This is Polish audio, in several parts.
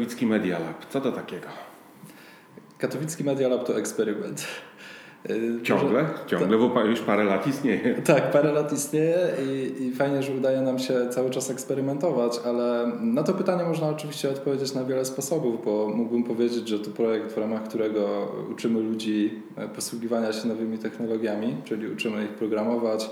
Katowicki Media Lab. Co to takiego? Katowicki Media Lab to eksperyment. Ciągle, bo już parę lat istnieje. Tak, parę lat istnieje i fajnie, że udaje nam się cały czas eksperymentować, ale na to pytanie można oczywiście odpowiedzieć na wiele sposobów, bo mógłbym powiedzieć, że to projekt, w ramach którego uczymy ludzi posługiwania się nowymi technologiami, czyli uczymy ich programować,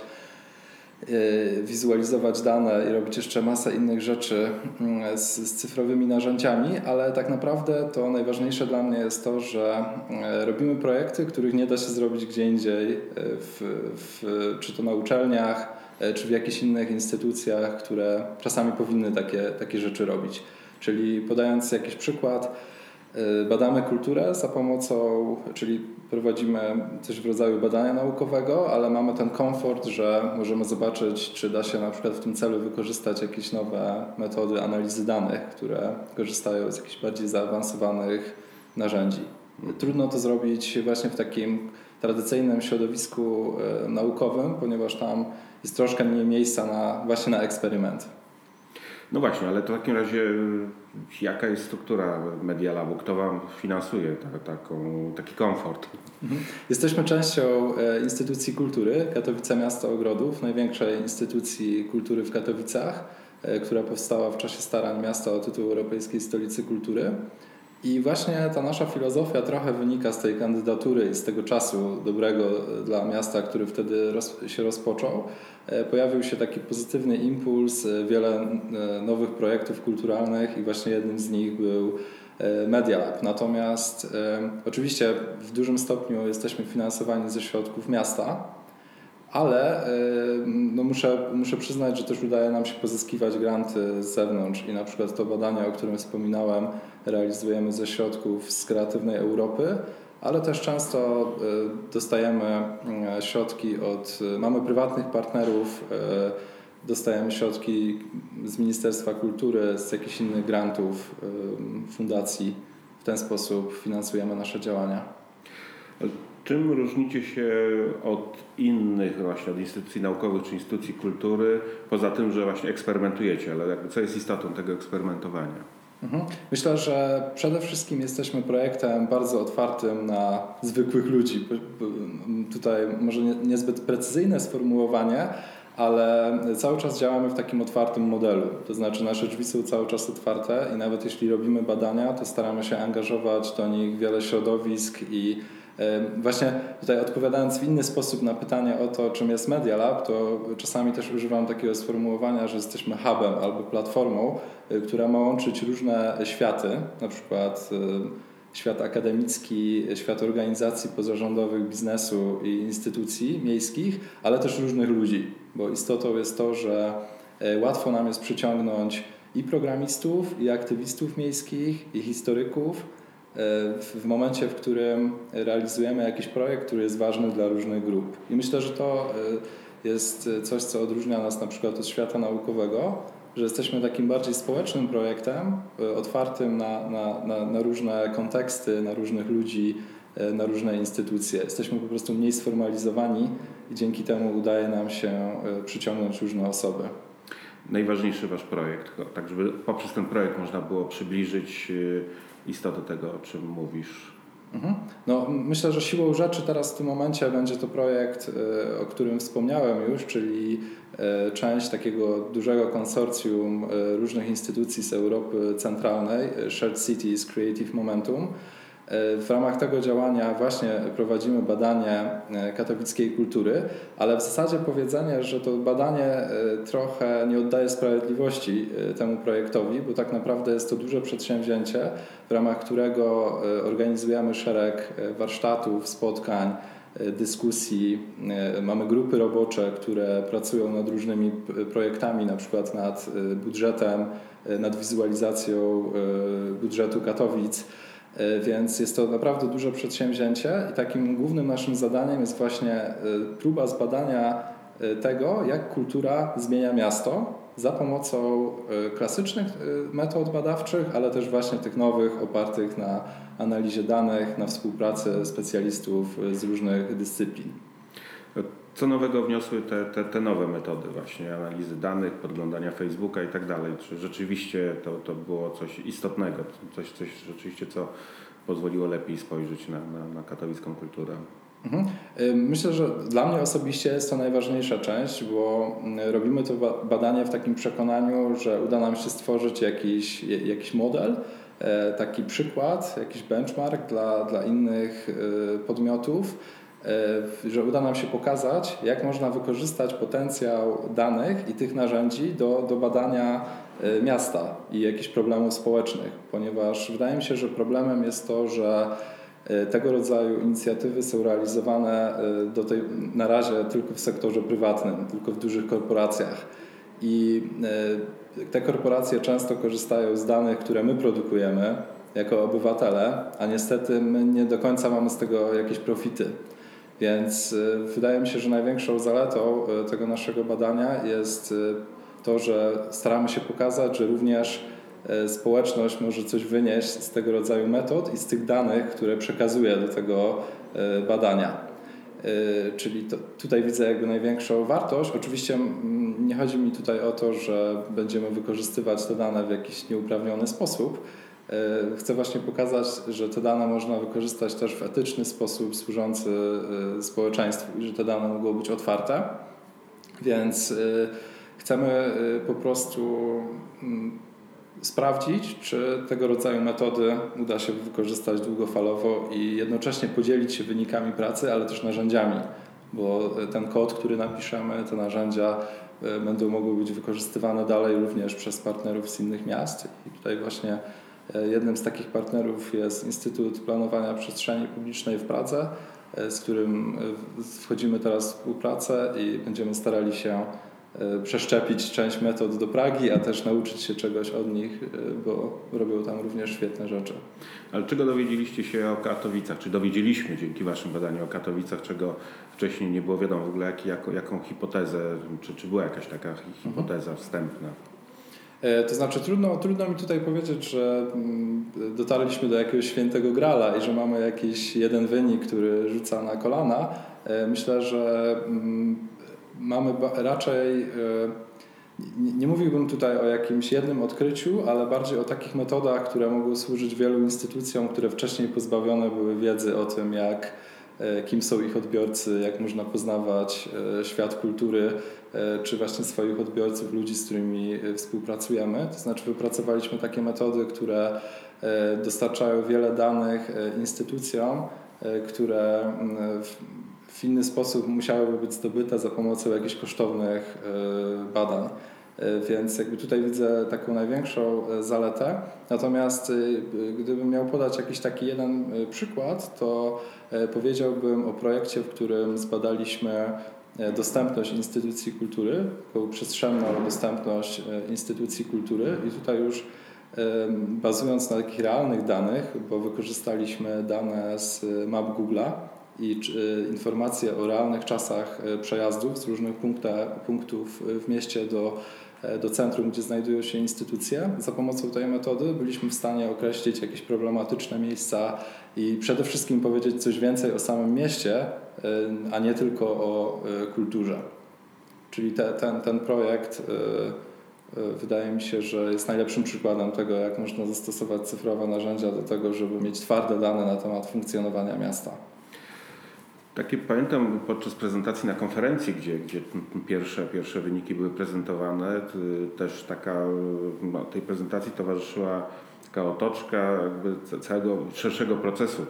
wizualizować dane i robić jeszcze masę innych rzeczy z cyfrowymi narzędziami, ale tak naprawdę to najważniejsze dla mnie jest to, że robimy projekty, których nie da się zrobić gdzie indziej, czy to na uczelniach, czy w jakichś innych instytucjach, które czasami powinny takie rzeczy robić. Czyli podając jakiś przykład, badamy kulturę za pomocą, czyli prowadzimy coś w rodzaju badania naukowego, ale mamy ten komfort, że możemy zobaczyć, czy da się na przykład w tym celu wykorzystać jakieś nowe metody analizy danych, które korzystają z jakichś bardziej zaawansowanych narzędzi. Trudno to zrobić właśnie w takim tradycyjnym środowisku naukowym, ponieważ tam jest troszkę mniej miejsca właśnie na eksperyment. No właśnie, ale to w takim razie jaka jest struktura Media Labu? Kto Wam finansuje taki komfort? Jesteśmy częścią instytucji kultury Katowice Miasto Ogrodów, największej instytucji kultury w Katowicach, która powstała w czasie starań miasta o tytuł Europejskiej Stolicy Kultury. I właśnie ta nasza filozofia trochę wynika z tej kandydatury i z tego czasu dobrego dla miasta, który wtedy się rozpoczął. Pojawił się taki pozytywny impuls, wiele nowych projektów kulturalnych i właśnie jednym z nich był Media Lab. Natomiast oczywiście w dużym stopniu jesteśmy finansowani ze środków miasta, ale muszę przyznać, że też udaje nam się pozyskiwać granty z zewnątrz i na przykład to badanie, o którym wspominałem, realizujemy ze środków z Kreatywnej Europy, ale też często dostajemy środki mamy prywatnych partnerów, dostajemy środki z Ministerstwa Kultury, z jakichś innych grantów, fundacji. W ten sposób finansujemy nasze działania. Czym różnicie się od innych właśnie, od instytucji naukowych czy instytucji kultury, poza tym, że właśnie eksperymentujecie, ale co jest istotą tego eksperymentowania? Myślę, że przede wszystkim jesteśmy projektem bardzo otwartym na zwykłych ludzi. Tutaj może niezbyt precyzyjne sformułowanie, ale cały czas działamy w takim otwartym modelu. To znaczy nasze drzwi są cały czas otwarte i nawet jeśli robimy badania, to staramy się angażować do nich wiele środowisk i właśnie tutaj odpowiadając w inny sposób na pytanie o to, czym jest Media Lab, to czasami też używam takiego sformułowania, że jesteśmy hubem albo platformą, która ma łączyć różne światy, na przykład świat akademicki, świat organizacji pozarządowych, biznesu i instytucji miejskich, ale też różnych ludzi, bo istotą jest to, że łatwo nam jest przyciągnąć i programistów, i aktywistów miejskich, i historyków, w momencie, w którym realizujemy jakiś projekt, który jest ważny dla różnych grup. I myślę, że to jest coś, co odróżnia nas na przykład od świata naukowego, że jesteśmy takim bardziej społecznym projektem, otwartym na różne konteksty, na różnych ludzi, na różne instytucje. Jesteśmy po prostu mniej sformalizowani i dzięki temu udaje nam się przyciągnąć różne osoby. Najważniejszy Wasz projekt, tak żeby poprzez ten projekt można było przybliżyć istotę tego, o czym mówisz. No, myślę, że siłą rzeczy teraz w tym momencie będzie to projekt, o którym wspomniałem już, czyli część takiego dużego konsorcjum różnych instytucji z Europy Centralnej, Shared Cities Creative Momentum. W ramach tego działania właśnie prowadzimy badanie katowickiej kultury, ale w zasadzie powiedzenie, że to badanie trochę nie oddaje sprawiedliwości temu projektowi, bo tak naprawdę jest to duże przedsięwzięcie, w ramach którego organizujemy szereg warsztatów, spotkań, dyskusji. Mamy grupy robocze, które pracują nad różnymi projektami, na przykład nad budżetem, nad wizualizacją budżetu Katowic. Więc jest to naprawdę duże przedsięwzięcie i takim głównym naszym zadaniem jest właśnie próba zbadania tego, jak kultura zmienia miasto za pomocą klasycznych metod badawczych, ale też właśnie tych nowych, opartych na analizie danych, na współpracy specjalistów z różnych dyscyplin. Co nowego wniosły te nowe metody właśnie analizy danych, podglądania Facebooka i tak dalej? Czy rzeczywiście to było coś istotnego, coś rzeczywiście, co pozwoliło lepiej spojrzeć na katowicką kulturę? Myślę, że dla mnie osobiście jest to najważniejsza część, bo robimy to badanie w takim przekonaniu, że uda nam się stworzyć jakiś model, taki przykład, jakiś benchmark dla innych podmiotów, że uda nam się pokazać, jak można wykorzystać potencjał danych i tych narzędzi do badania miasta i jakichś problemów społecznych, ponieważ wydaje mi się, że problemem jest to, że tego rodzaju inicjatywy są realizowane na razie tylko w sektorze prywatnym, tylko w dużych korporacjach. I te korporacje często korzystają z danych, które my produkujemy jako obywatele, a niestety my nie do końca mamy z tego jakieś profity. Więc wydaje mi się, że największą zaletą tego naszego badania jest to, że staramy się pokazać, że również społeczność może coś wynieść z tego rodzaju metod i z tych danych, które przekazuje do tego badania. Czyli tutaj widzę jakby największą wartość. Oczywiście nie chodzi mi tutaj o to, że będziemy wykorzystywać te dane w jakiś nieuprawniony sposób. Chcę właśnie pokazać, że te dane można wykorzystać też w etyczny sposób służący społeczeństwu i że te dane mogą być otwarte. Więc chcemy po prostu sprawdzić, czy tego rodzaju metody uda się wykorzystać długofalowo i jednocześnie podzielić się wynikami pracy, ale też narzędziami, bo ten kod, który napiszemy, te narzędzia będą mogły być wykorzystywane dalej również przez partnerów z innych miast. I tutaj właśnie jednym z takich partnerów jest Instytut Planowania Przestrzeni Publicznej w Pradze, z którym wchodzimy teraz w współpracę i będziemy starali się przeszczepić część metod do Pragi, a też nauczyć się czegoś od nich, bo robią tam również świetne rzeczy. Ale czego dowiedzieliście się o Katowicach? Czy dowiedzieliśmy dzięki Waszym badaniu o Katowicach, czego wcześniej nie było wiadomo? W ogóle jaką hipotezę, czy była jakaś taka hipoteza wstępna? To znaczy trudno mi tutaj powiedzieć, że dotarliśmy do jakiegoś świętego grala i że mamy jakiś jeden wynik, który rzuca na kolana. Myślę, że mamy raczej, nie mówiłbym tutaj o jakimś jednym odkryciu, ale bardziej o takich metodach, które mogą służyć wielu instytucjom, które wcześniej pozbawione były wiedzy o tym, kim są ich odbiorcy, jak można poznawać świat kultury, czy właśnie swoich odbiorców, ludzi, z którymi współpracujemy. To znaczy wypracowaliśmy takie metody, które dostarczają wiele danych instytucjom, które w inny sposób musiałyby być zdobyte za pomocą jakichś kosztownych badań. Więc jakby tutaj widzę taką największą zaletę. Natomiast gdybym miał podać jakiś taki jeden przykład, to powiedziałbym o projekcie, w którym zbadaliśmy dostępność instytucji kultury, taką przestrzenną dostępność instytucji kultury i tutaj już bazując na takich realnych danych, bo wykorzystaliśmy dane z map Google'a i informacje o realnych czasach przejazdów z różnych punktów w mieście do centrum, gdzie znajdują się instytucje. Za pomocą tej metody byliśmy w stanie określić jakieś problematyczne miejsca i przede wszystkim powiedzieć coś więcej o samym mieście, a nie tylko o kulturze. Czyli ten projekt wydaje mi się, że jest najlepszym przykładem tego, jak można zastosować cyfrowe narzędzia do tego, żeby mieć twarde dane na temat funkcjonowania miasta. Takie pamiętam podczas prezentacji na konferencji, gdzie pierwsze wyniki były prezentowane, też tej prezentacji towarzyszyła taka otoczka jakby całego szerszego procesu,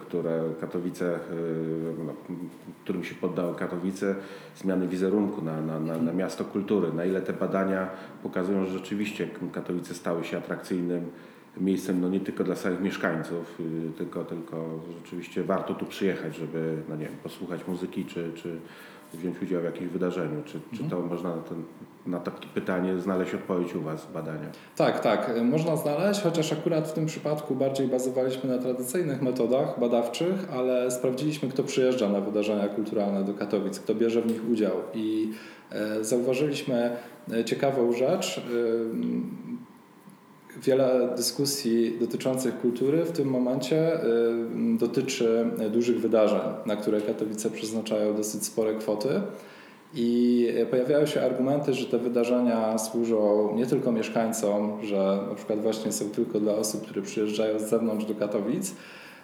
którym się poddały Katowice, zmiany wizerunku na miasto kultury. Na ile te badania pokazują, że rzeczywiście Katowice stały się atrakcyjnym miejscem nie tylko dla samych mieszkańców, tylko rzeczywiście warto tu przyjechać, żeby posłuchać muzyki, czy wziąć udział w jakimś wydarzeniu. Czy to można na takie pytanie znaleźć odpowiedź u Was w badaniach? Tak, można znaleźć, chociaż akurat w tym przypadku bardziej bazowaliśmy na tradycyjnych metodach badawczych, ale sprawdziliśmy, kto przyjeżdża na wydarzenia kulturalne do Katowic, kto bierze w nich udział i zauważyliśmy ciekawą rzecz. wiele dyskusji dotyczących kultury w tym momencie dotyczy dużych wydarzeń, na które Katowice przeznaczają dosyć spore kwoty. I pojawiają się argumenty, że te wydarzenia służą nie tylko mieszkańcom, że na przykład właśnie są tylko dla osób, które przyjeżdżają z zewnątrz do Katowic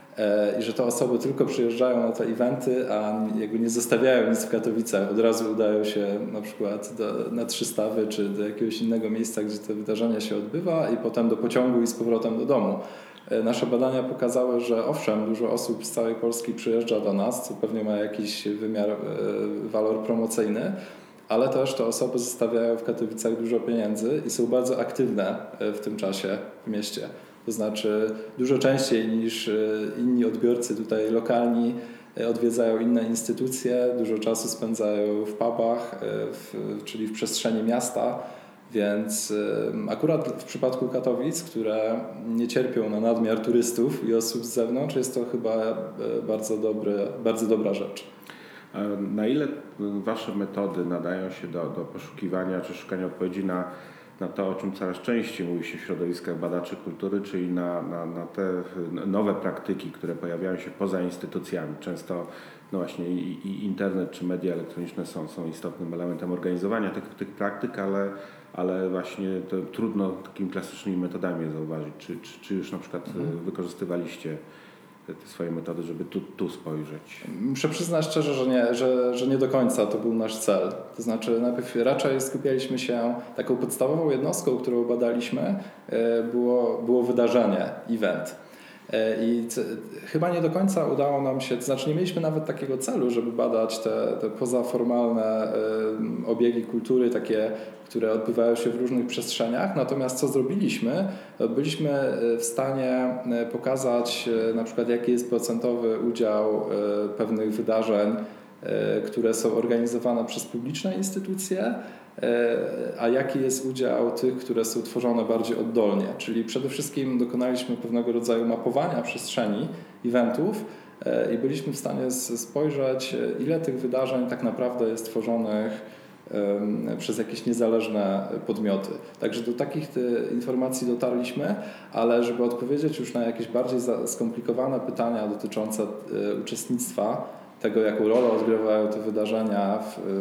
i że te osoby tylko przyjeżdżają na te eventy, a jakby nie zostawiają nic w Katowicach. Od razu udają się na przykład na Trzystawy czy do jakiegoś innego miejsca, gdzie te wydarzenia się odbywa i potem do pociągu i z powrotem do domu. Nasze badania pokazały, że owszem, dużo osób z całej Polski przyjeżdża do nas, co pewnie ma jakiś wymiar, walor promocyjny, ale też te osoby zostawiają w Katowicach dużo pieniędzy i są bardzo aktywne w tym czasie w mieście. To znaczy dużo częściej niż inni odbiorcy tutaj lokalni odwiedzają inne instytucje, dużo czasu spędzają w pubach, czyli w przestrzeni miasta. Więc akurat w przypadku Katowic, które nie cierpią na nadmiar turystów i osób z zewnątrz, jest to chyba bardzo dobra rzecz. A na ile Wasze metody nadają się do poszukiwania czy szukania odpowiedzi na to, o czym coraz częściej mówi się w środowiskach badaczy kultury, czyli na te nowe praktyki, które pojawiają się poza instytucjami. Często no właśnie i internet czy media elektroniczne są istotnym elementem organizowania tych praktyk, ale właśnie to trudno takimi klasycznymi metodami je zauważyć. Czy już na przykład wykorzystywaliście te swoje metody, żeby tu spojrzeć? Muszę przyznać szczerze, że nie do końca to był nasz cel. To znaczy najpierw raczej skupialiśmy się, taką podstawową jednostką, którą badaliśmy, było wydarzenie, event. I chyba nie do końca udało nam się, to znaczy nie mieliśmy nawet takiego celu, żeby badać te pozaformalne obiegi kultury, takie, które odbywają się w różnych przestrzeniach. Natomiast co zrobiliśmy, byliśmy w stanie pokazać na przykład jaki jest procentowy udział pewnych wydarzeń, które są organizowane przez publiczne instytucje, a jaki jest udział tych, które są tworzone bardziej oddolnie. Czyli przede wszystkim dokonaliśmy pewnego rodzaju mapowania przestrzeni eventów i byliśmy w stanie spojrzeć, ile tych wydarzeń tak naprawdę jest tworzonych przez jakieś niezależne podmioty. Także do takich informacji dotarliśmy, ale żeby odpowiedzieć już na jakieś bardziej skomplikowane pytania dotyczące uczestnictwa, tego jaką rolę odgrywają te wydarzenia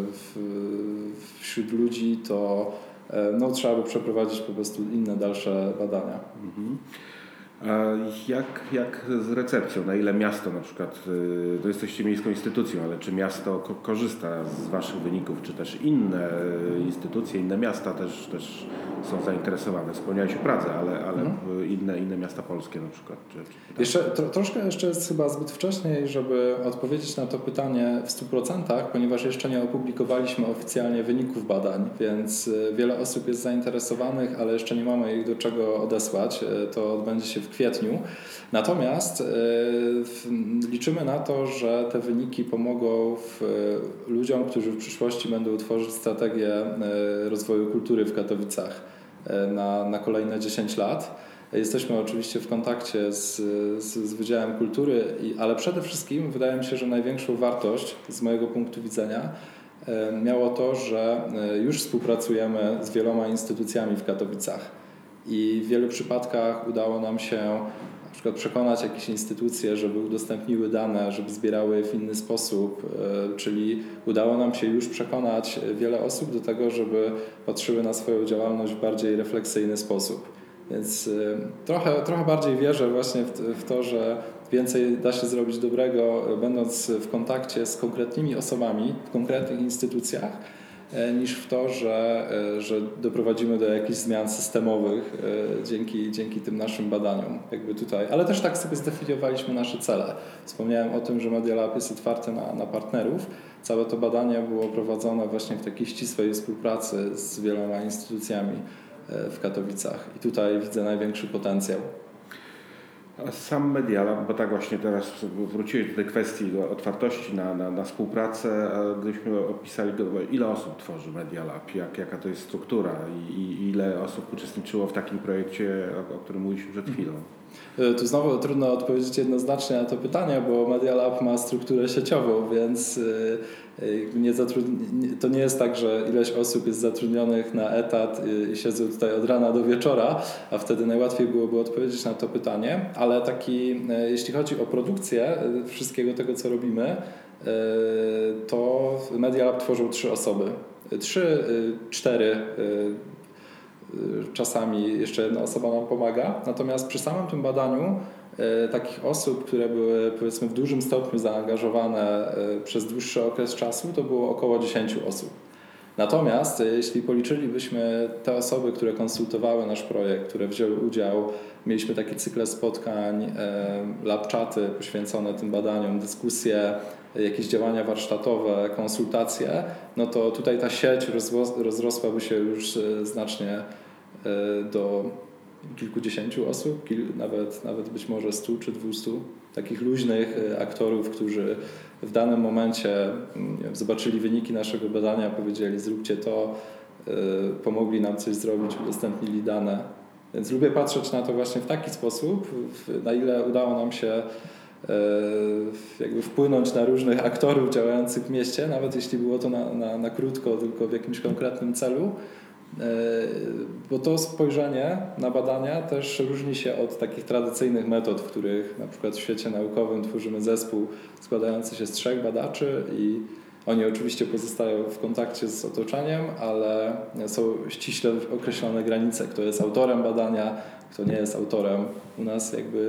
wśród ludzi, to trzeba by przeprowadzić po prostu inne dalsze badania. Mhm. A jak z recepcją? Na ile miasto na przykład, to jesteście miejską instytucją, ale czy miasto korzysta z Waszych wyników, czy też inne instytucje, inne miasta też są zainteresowane? Wspomniałeś o Pradze, ale inne miasta polskie na przykład. Troszkę jeszcze jest chyba zbyt wcześniej, żeby odpowiedzieć na to pytanie w 100%, ponieważ jeszcze nie opublikowaliśmy oficjalnie wyników badań, więc wiele osób jest zainteresowanych, ale jeszcze nie mamy ich do czego odesłać. To odbędzie się w kwietniu. Natomiast liczymy na to, że te wyniki pomogą ludziom, którzy w przyszłości będą tworzyć strategię rozwoju kultury w Katowicach na kolejne 10 lat. Jesteśmy oczywiście w kontakcie z Wydziałem Kultury, ale przede wszystkim wydaje mi się, że największą wartość z mojego punktu widzenia miało to, że już współpracujemy z wieloma instytucjami w Katowicach. I w wielu przypadkach udało nam się na przykład przekonać jakieś instytucje, żeby udostępniły dane, żeby zbierały je w inny sposób, czyli udało nam się już przekonać wiele osób do tego, żeby patrzyły na swoją działalność w bardziej refleksyjny sposób. Więc trochę bardziej wierzę właśnie w to, że więcej da się zrobić dobrego, będąc w kontakcie z konkretnymi osobami w konkretnych instytucjach, niż w to, że doprowadzimy do jakichś zmian systemowych dzięki tym naszym badaniom. Jakby tutaj. Ale też tak sobie zdefiniowaliśmy nasze cele. Wspomniałem o tym, że Media Lab jest otwarty na partnerów. Całe to badanie było prowadzone właśnie w takiej ścisłej współpracy z wieloma instytucjami w Katowicach. I tutaj widzę największy potencjał. A sam Media Lab, bo tak właśnie teraz wróciłeś do tej kwestii otwartości na współpracę, a gdybyśmy opisali, ile osób tworzy Media Lab, jaka to jest struktura i ile osób uczestniczyło w takim projekcie, o którym mówiliśmy przed chwilą? Tu znowu trudno odpowiedzieć jednoznacznie na to pytanie, bo Media Lab ma strukturę sieciową, więc to nie jest tak, że ileś osób jest zatrudnionych na etat i siedzą tutaj od rana do wieczora, a wtedy najłatwiej byłoby odpowiedzieć na to pytanie, ale jeśli chodzi o produkcję wszystkiego tego, co robimy, to Media Lab tworzą 3 osoby. 3, 4, czasami jeszcze jedna osoba nam pomaga. Natomiast przy samym tym badaniu takich osób, które były powiedzmy w dużym stopniu zaangażowane przez dłuższy okres czasu, to było około 10 osób. Natomiast jeśli policzylibyśmy te osoby, które konsultowały nasz projekt, które wzięły udział, mieliśmy takie cykle spotkań, lab chaty poświęcone tym badaniom, dyskusje, jakieś działania warsztatowe, konsultacje, no to tutaj ta sieć rozrosłaby się już znacznie do kilkudziesięciu osób, nawet być może 100 czy 200 takich luźnych aktorów, którzy w danym momencie zobaczyli wyniki naszego badania, powiedzieli zróbcie to, pomogli nam coś zrobić, udostępnili dane. Więc lubię patrzeć na to właśnie w taki sposób, na ile udało nam się jakby wpłynąć na różnych aktorów działających w mieście, nawet jeśli było to na krótko, tylko w jakimś konkretnym celu. Bo to spojrzenie na badania też różni się od takich tradycyjnych metod, w których na przykład w świecie naukowym tworzymy zespół składający się z 3 badaczy i oni oczywiście pozostają w kontakcie z otoczeniem, ale są ściśle określone granice, kto jest autorem badania, kto nie jest autorem. U nas jakby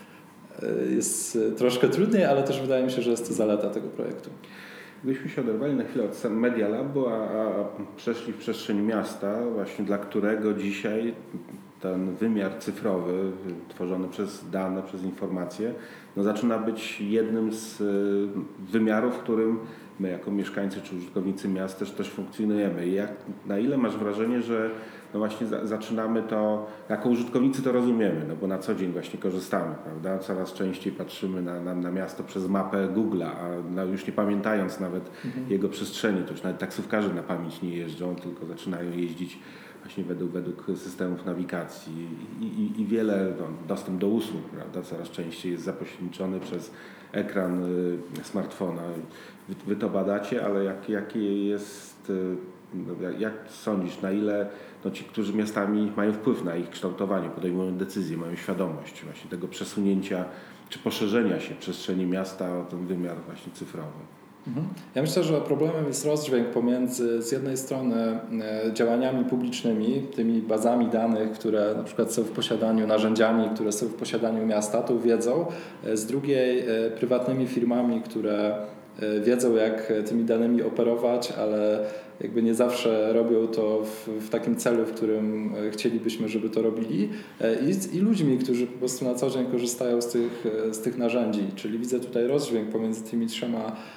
jest troszkę trudniej, ale też wydaje mi się, że jest to zaleta tego projektu. Gdybyśmy się oderwali na chwilę od Media Labu, a przeszli w przestrzeń miasta, właśnie dla którego dzisiaj ten wymiar cyfrowy tworzony przez dane, przez informacje, no zaczyna być jednym z wymiarów, w którym my jako mieszkańcy czy użytkownicy miast też funkcjonujemy. I na ile masz wrażenie, że no właśnie zaczynamy to, jako użytkownicy to rozumiemy, no bo na co dzień właśnie korzystamy, prawda? Coraz częściej patrzymy na miasto przez mapę Google'a, a już nie pamiętając nawet jego przestrzeni, to już nawet taksówkarze na pamięć nie jeżdżą, tylko zaczynają jeździć właśnie według systemów nawigacji i wiele, dostęp do usług, prawda? Coraz częściej jest zapośredniczony przez ekran smartfona. Wy to badacie, ale jakie jest, jak sądzisz, na ile ci, którzy miastami mają wpływ na ich kształtowanie, podejmują decyzje, mają świadomość właśnie tego przesunięcia czy poszerzenia się przestrzeni miasta o ten wymiar właśnie cyfrowy? Ja myślę, że problemem jest rozdźwięk pomiędzy z jednej strony działaniami publicznymi, tymi bazami danych, które na przykład są w posiadaniu, narzędziami, które są w posiadaniu miasta, tą wiedzą, z drugiej prywatnymi firmami, które wiedzą, jak tymi danymi operować, ale jakby nie zawsze robią to w takim celu, w którym chcielibyśmy, żeby to robili, i ludźmi, którzy po prostu na co dzień korzystają z tych narzędzi. Czyli widzę tutaj rozdźwięk pomiędzy tymi 3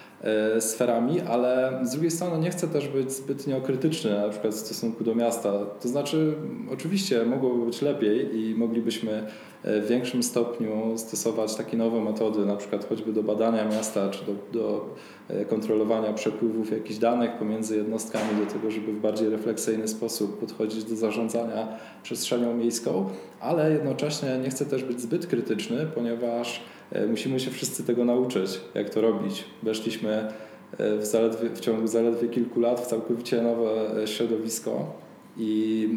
sferami, ale z drugiej strony nie chcę też być zbytnio krytyczny na przykład w stosunku do miasta. To znaczy oczywiście mogłoby być lepiej i moglibyśmy w większym stopniu stosować takie nowe metody, na przykład choćby do badania miasta, czy do kontrolowania przepływów jakichś danych pomiędzy jednostkami, do tego, żeby w bardziej refleksyjny sposób podchodzić do zarządzania przestrzenią miejską, ale jednocześnie nie chcę też być zbyt krytyczny, ponieważ musimy się wszyscy tego nauczyć, jak to robić. Weszliśmy w ciągu zaledwie kilku lat w całkowicie nowe środowisko i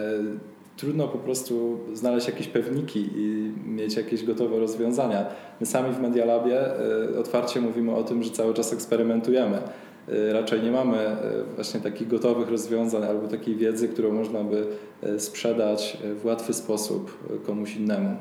trudno po prostu znaleźć jakieś pewniki i mieć jakieś gotowe rozwiązania. My sami w Media Labie otwarcie mówimy o tym, że cały czas eksperymentujemy. Raczej nie mamy właśnie takich gotowych rozwiązań albo takiej wiedzy, którą można by sprzedać w łatwy sposób komuś innemu.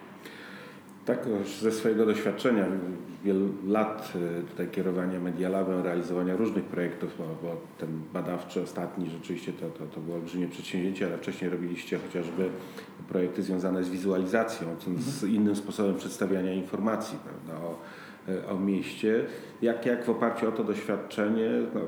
Tak, ze swojego doświadczenia, wielu lat tutaj kierowania Media Labem, realizowania różnych projektów, bo ten badawczy ostatni rzeczywiście to było olbrzymie przedsięwzięcie, ale wcześniej robiliście chociażby projekty związane z wizualizacją, z innym sposobem przedstawiania informacji, prawda, o mieście. Jak w oparciu o to doświadczenie,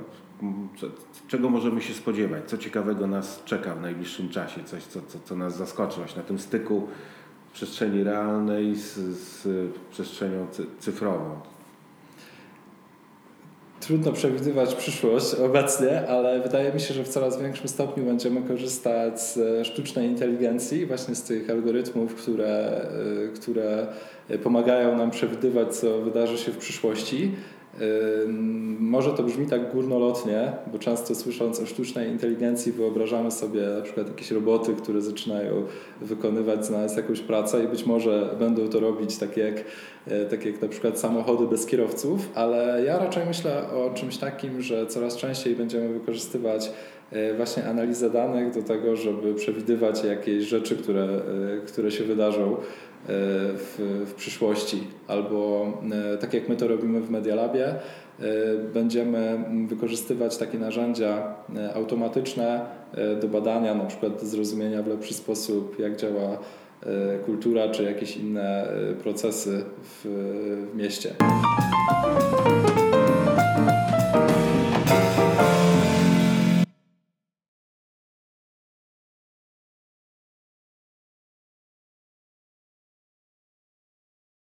czego możemy się spodziewać, co ciekawego nas czeka w najbliższym czasie, coś co nas zaskoczy właśnie na tym styku przestrzeni realnej z przestrzenią cyfrową? trudno przewidywać przyszłość obecnie, ale wydaje mi się, że w coraz większym stopniu będziemy korzystać z sztucznej inteligencji, właśnie z tych algorytmów, które pomagają nam przewidywać, co wydarzy się w przyszłości. Może to brzmi tak górnolotnie, bo często słysząc o sztucznej inteligencji wyobrażamy sobie na przykład jakieś roboty, które zaczynają wykonywać za nas jakąś pracę i być może będą to robić tak jak na przykład samochody bez kierowców, ale ja raczej myślę o czymś takim, że coraz częściej będziemy wykorzystywać właśnie analizę danych do tego, żeby przewidywać jakieś rzeczy, które się wydarzą w przyszłości, albo tak jak my to robimy w Media Labie, będziemy wykorzystywać takie narzędzia automatyczne do badania, na przykład do zrozumienia w lepszy sposób, jak działa kultura czy jakieś inne procesy w mieście.